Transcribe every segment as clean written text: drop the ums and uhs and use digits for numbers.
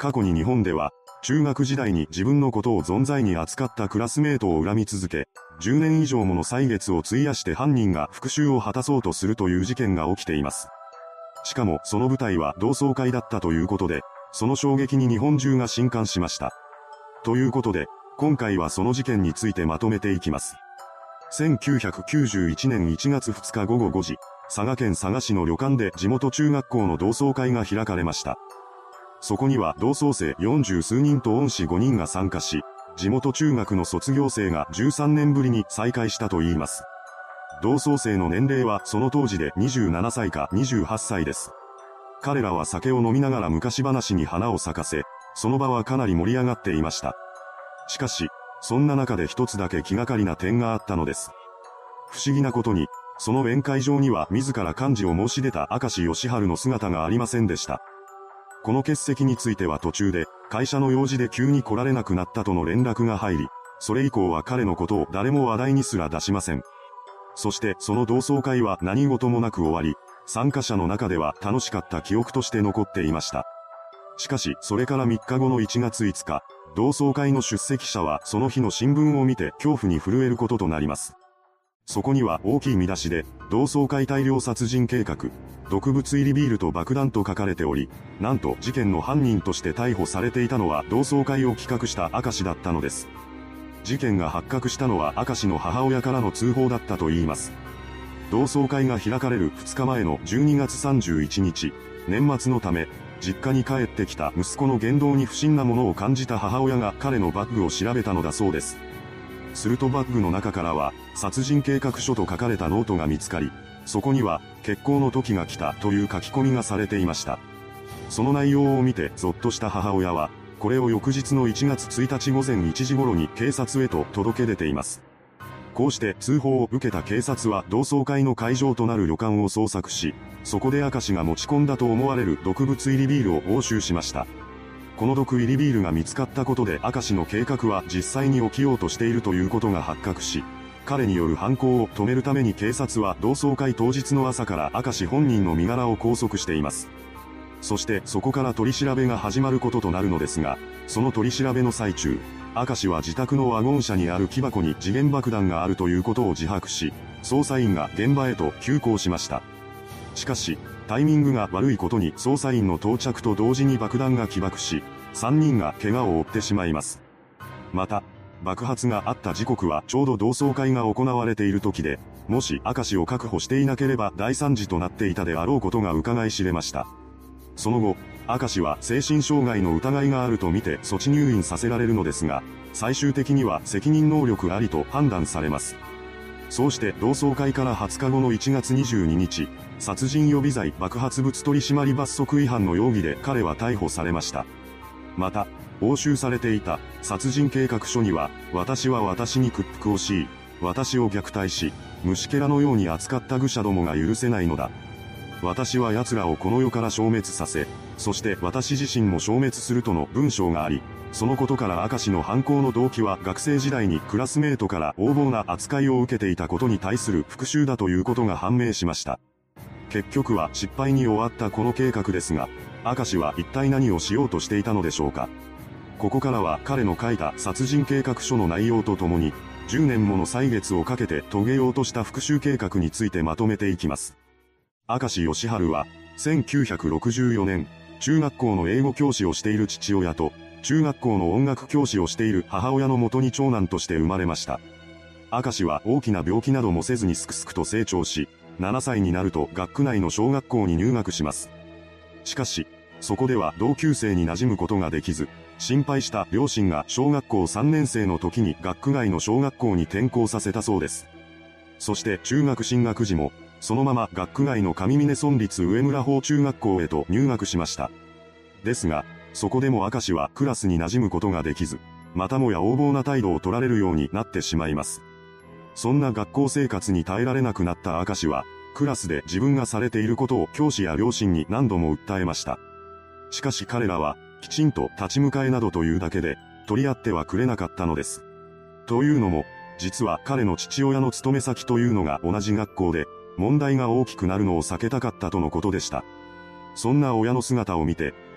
過去に日本では、中学時代に自分のことを存在に扱ったクラスメートを恨み続け、10年以上もの歳月を費やして犯人が復讐を果たそうとするという事件が起きています。しかもその舞台は同窓会だったということで、その衝撃に日本中が震撼しました。ということで、今回はその事件についてまとめていきます。1991年1月2日午後5時、佐賀県佐賀市の旅館で地元中学校の同窓会が開かれました。そこには同窓生40数人と恩師5人が参加し、地元中学の卒業生が13年ぶりに再会したといいます。同窓生の年齢はその当時で27歳か28歳です。彼らは酒を飲みながら昔話に花を咲かせ、その場はかなり盛り上がっていました。しかし、そんな中で一つだけ気がかりな点があったのです。不思議なことに、その宴会場には自ら幹事を申し出た明石義治の姿がありませんでした。この欠席については途中で、会社の用事で急に来られなくなったとの連絡が入り、それ以降は彼のことを誰も話題にすら出しません。そしてその同窓会は何事もなく終わり、参加者の中では楽しかった記憶として残っていました。しかし、それから3日後の1月5日、同窓会の出席者はその日の新聞を見て恐怖に震えることとなります。そこには大きい見出しで、同窓会大量殺人計画、毒物入りビールと爆弾と書かれており、なんと事件の犯人として逮捕されていたのは同窓会を企画した明石だったのです。事件が発覚したのは明石の母親からの通報だったといいます。同窓会が開かれる2日前の12月31日、年末のため、実家に帰ってきた息子の言動に不審なものを感じた母親が彼のバッグを調べたのだそうです。するとバッグの中からは、殺人計画書と書かれたノートが見つかり、そこには、決行の時が来たという書き込みがされていました。その内容を見てゾッとした母親は、これを翌日の1月1日午前1時頃に警察へと届け出ています。こうして通報を受けた警察は同窓会の会場となる旅館を捜索し、そこで明石が持ち込んだと思われる毒物入りビールを押収しました。この毒入りビールが見つかったことで明石の計画は実際に起きようとしているということが発覚し、彼による犯行を止めるために警察は同窓会当日の朝から明石本人の身柄を拘束しています。そしてそこから取り調べが始まることとなるのですが、その取り調べの最中、明石は自宅のワゴン車にある木箱に時限爆弾があるということを自白し、捜査員が現場へと急行しました。しかし、タイミングが悪いことに捜査員の到着と同時に爆弾が起爆し、3人が怪我を負ってしまいます。また、爆発があった時刻はちょうど同窓会が行われている時で、もし明石を確保していなければ大惨事となっていたであろうことが伺い知れました。その後、明石は精神障害の疑いがあるとみて措置入院させられるのですが、最終的には責任能力ありと判断されます。そうして同窓会から20日後の1月22日、殺人予備罪爆発物取締罰則違反の容疑で彼は逮捕されました。また、押収されていた殺人計画書には、私は私に屈服をし、私を虐待し、虫けらのように扱った愚者どもが許せないのだ。私は奴らをこの世から消滅させ、そして私自身も消滅するとの文章があり、そのことから明石の犯行の動機は学生時代にクラスメートから横暴な扱いを受けていたことに対する復讐だということが判明しました。結局は失敗に終わったこの計画ですが、明石は一体何をしようとしていたのでしょうか。ここからは彼の書いた殺人計画書の内容とともに、10年もの歳月をかけて遂げようとした復讐計画についてまとめていきます。明石義治は、1964年、中学校の英語教師をしている父親と、中学校の音楽教師をしている母親のもとに長男として生まれました。明石は大きな病気などもせずにすくすくと成長し、7歳になると学区内の小学校に入学します。しかし、そこでは同級生に馴染むことができず、心配した両親が小学校3年生の時に学区外の小学校に転校させたそうです。そして中学進学時も、そのまま学区外の上峰村立上村法中学校へと入学しました。ですが、そこでも明石はクラスに馴染むことができず、またもや横暴な態度を取られるようになってしまいます。そんな学校生活に耐えられなくなった明石は、クラスで自分がされていることを教師や両親に何度も訴えました。しかし彼らは、きちんと立ち向かえなどというだけで、取り合ってはくれなかったのです。というのも、実は彼の父親の勤め先というのが同じ学校で、問題が大きくなるのを避けたかったとのことでした。そんな親の姿を見て、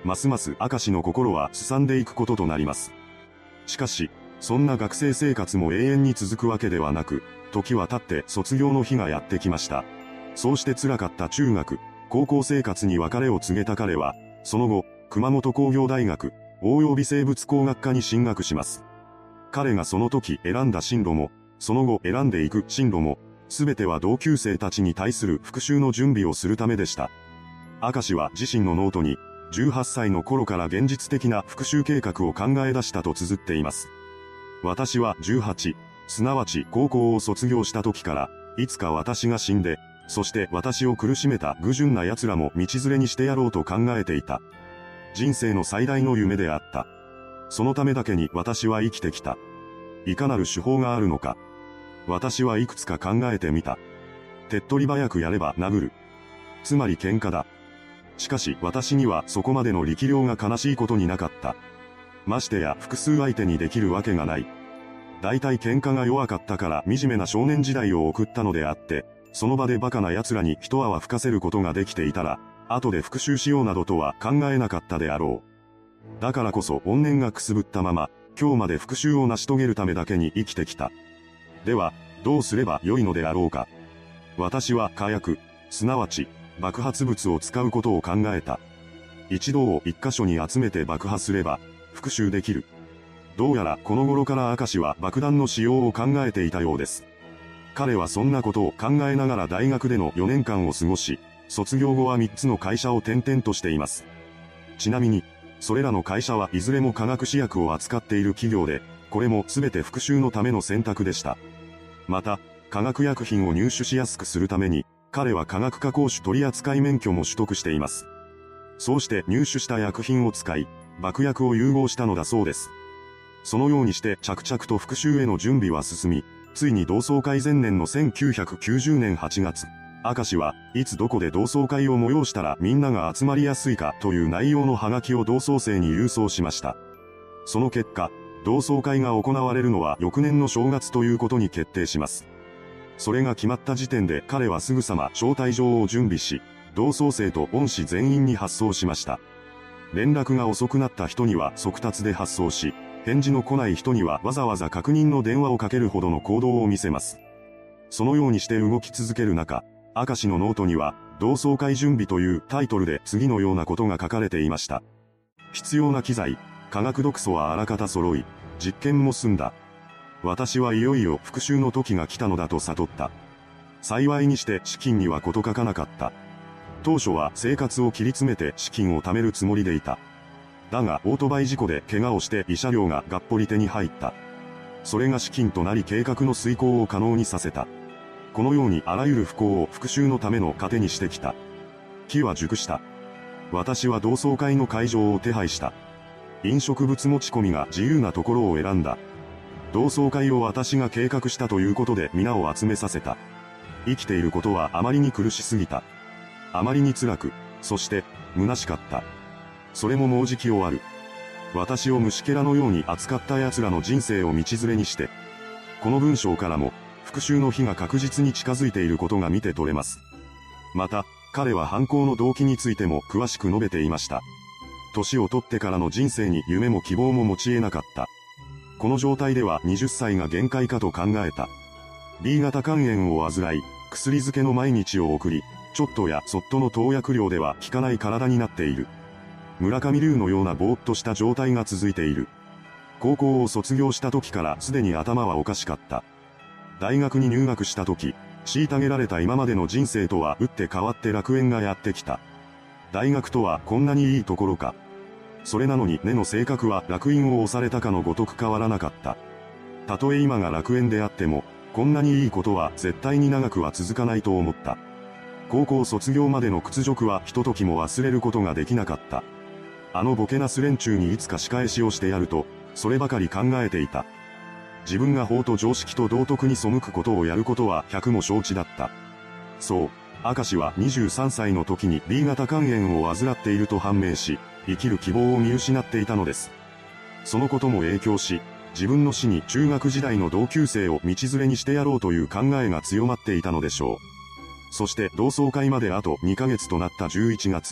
ますます明石の心はすさんでいくこととなります。しかし、そんな学生生活も永遠に続くわけではなく、時は経って卒業の日がやってきました。そうして辛かった中学、高校生活に別れを告げた彼は、その後、熊本工業大学、応用微生物工学科に進学します。彼がその時選んだ進路も、その後選んでいく進路も、すべては同級生たちに対する復讐の準備をするためでした。明石は自身のノートに、18歳の頃から現実的な復讐計画を考え出したと綴っています。私は18、すなわち高校を卒業した時から、いつか私が死んで、そして私を苦しめた愚順な奴らも道連れにしてやろうと考えていた。人生の最大の夢であった。そのためだけに私は生きてきた。いかなる手法があるのか。私はいくつか考えてみた。手っ取り早くやれば殴る。つまり喧嘩だ。しかし私にはそこまでの力量が悲しいことになかった。ましてや複数相手にできるわけがない。大体喧嘩が弱かったから惨めな少年時代を送ったのであって、その場でバカな奴らに一泡吹かせることができていたら、後で復讐しようなどとは考えなかったであろう。だからこそ怨念がくすぶったまま、今日まで復讐を成し遂げるためだけに生きてきた。では、どうすればよいのであろうか。私は火薬、すなわち、爆発物を使うことを考えた。一同を一箇所に集めて爆破すれば、復讐できる。どうやらこの頃から明石は爆弾の使用を考えていたようです。彼はそんなことを考えながら大学での4年間を過ごし、卒業後は3つの会社を転々としています。ちなみに、それらの会社はいずれも化学試薬を扱っている企業で、これも全て復讐のための選択でした。また、化学薬品を入手しやすくするために、彼は化学加工種取扱免許も取得しています。そうして入手した薬品を使い、爆薬を融合したのだそうです。そのようにして着々と復讐への準備は進み、ついに同窓会前年の1990年8月、明石はいつどこで同窓会を催したらみんなが集まりやすいかという内容のハガキを同窓生に郵送しました。その結果、同窓会が行われるのは翌年の正月ということに決定します。それが決まった時点で彼はすぐさま招待状を準備し、同窓生と恩師全員に発送しました。連絡が遅くなった人には速達で発送し、返事の来ない人にはわざわざ確認の電話をかけるほどの行動を見せます。そのようにして動き続ける中、明石のノートには、同窓会準備というタイトルで次のようなことが書かれていました。必要な機材、化学毒素はあらかた揃い、実験も済んだ。私はいよいよ復讐の時が来たのだと悟った。幸いにして資金には事欠かなかった。当初は生活を切り詰めて資金を貯めるつもりでいた。だがオートバイ事故で怪我をして慰謝料ががっぽり手に入った。それが資金となり計画の遂行を可能にさせた。このようにあらゆる不幸を復讐のための糧にしてきた。機は熟した。私は同窓会の会場を手配した。飲食物持ち込みが自由なところを選んだ。同窓会を私が計画したということで皆を集めさせた。生きていることはあまりに苦しすぎた。あまりに辛く、そして、虚しかった。それももうじき終わる。私を虫けらのように扱った奴らの人生を道連れにして。この文章からも、復讐の日が確実に近づいていることが見て取れます。また、彼は犯行の動機についても詳しく述べていました。年を取ってからの人生に夢も希望も持ち得なかった。この状態では20歳が限界かと考えた。B 型肝炎を患い、薬漬けの毎日を送り、ちょっとやそっとの投薬量では効かない体になっている。村上龍のようなぼーっとした状態が続いている。高校を卒業した時からすでに頭はおかしかった。大学に入学した時、虐げられた今までの人生とは打って変わって楽園がやってきた。大学とはこんなにいいところか。それなのに根の性格は烙印を押されたかのごとく変わらなかった。たとえ今が楽園であっても、こんなにいいことは絶対に長くは続かないと思った。高校卒業までの屈辱はひとときも忘れることができなかった。あのボケなス連中にいつか仕返しをしてやると、そればかり考えていた。自分が法と常識と道徳に背くことをやることは百も承知だった。そう、明石は23歳の時に B 型肝炎を患っていると判明し、生きる希望を見失っていたのです。そのことも影響し、自分の死に中学時代の同級生を道連れにしてやろうという考えが強まっていたのでしょう。そして同窓会まであと2ヶ月となった11月、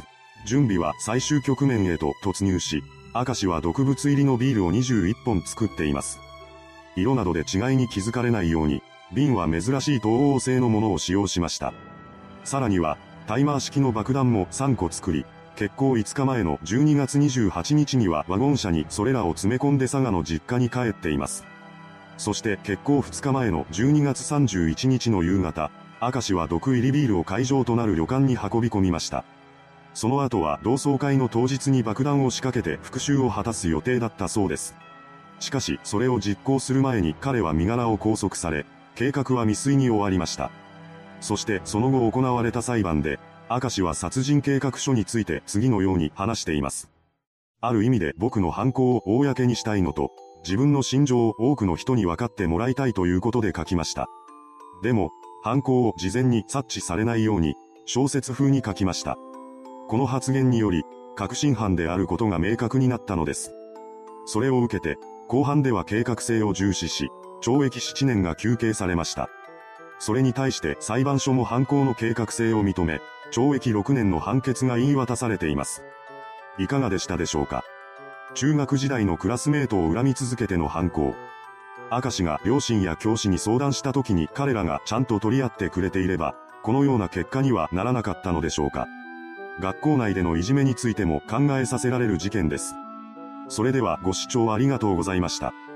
準備は最終局面へと突入し、明石は毒物入りのビールを21本作っています。色などで違いに気づかれないように、瓶は珍しい東欧製のものを使用しました。さらには、タイマー式の爆弾も3個作り、決行5日前の12月28日にはワゴン車にそれらを詰め込んで佐賀の実家に帰っています。そして決行2日前の12月31日の夕方、明石は毒入りビールを会場となる旅館に運び込みました。その後は同窓会の当日に爆弾を仕掛けて復讐を果たす予定だったそうです。しかしそれを実行する前に彼は身柄を拘束され、計画は未遂に終わりました。そしてその後行われた裁判で、明石は殺人計画書について次のように話しています。ある意味で僕の犯行を公にしたいのと、自分の心情を多くの人に分かってもらいたいということで書きました。でも、犯行を事前に察知されないように、小説風に書きました。この発言により、確信犯であることが明確になったのです。それを受けて、公判では計画性を重視し、懲役7年が求刑されました。それに対して裁判所も犯行の計画性を認め、懲役6年の判決が言い渡されています。いかがでしたでしょうか。中学時代のクラスメートを恨み続けての犯行。明石が両親や教師に相談した時に彼らがちゃんと取り合ってくれていれば、このような結果にはならなかったのでしょうか。学校内でのいじめについても考えさせられる事件です。それではご視聴ありがとうございました。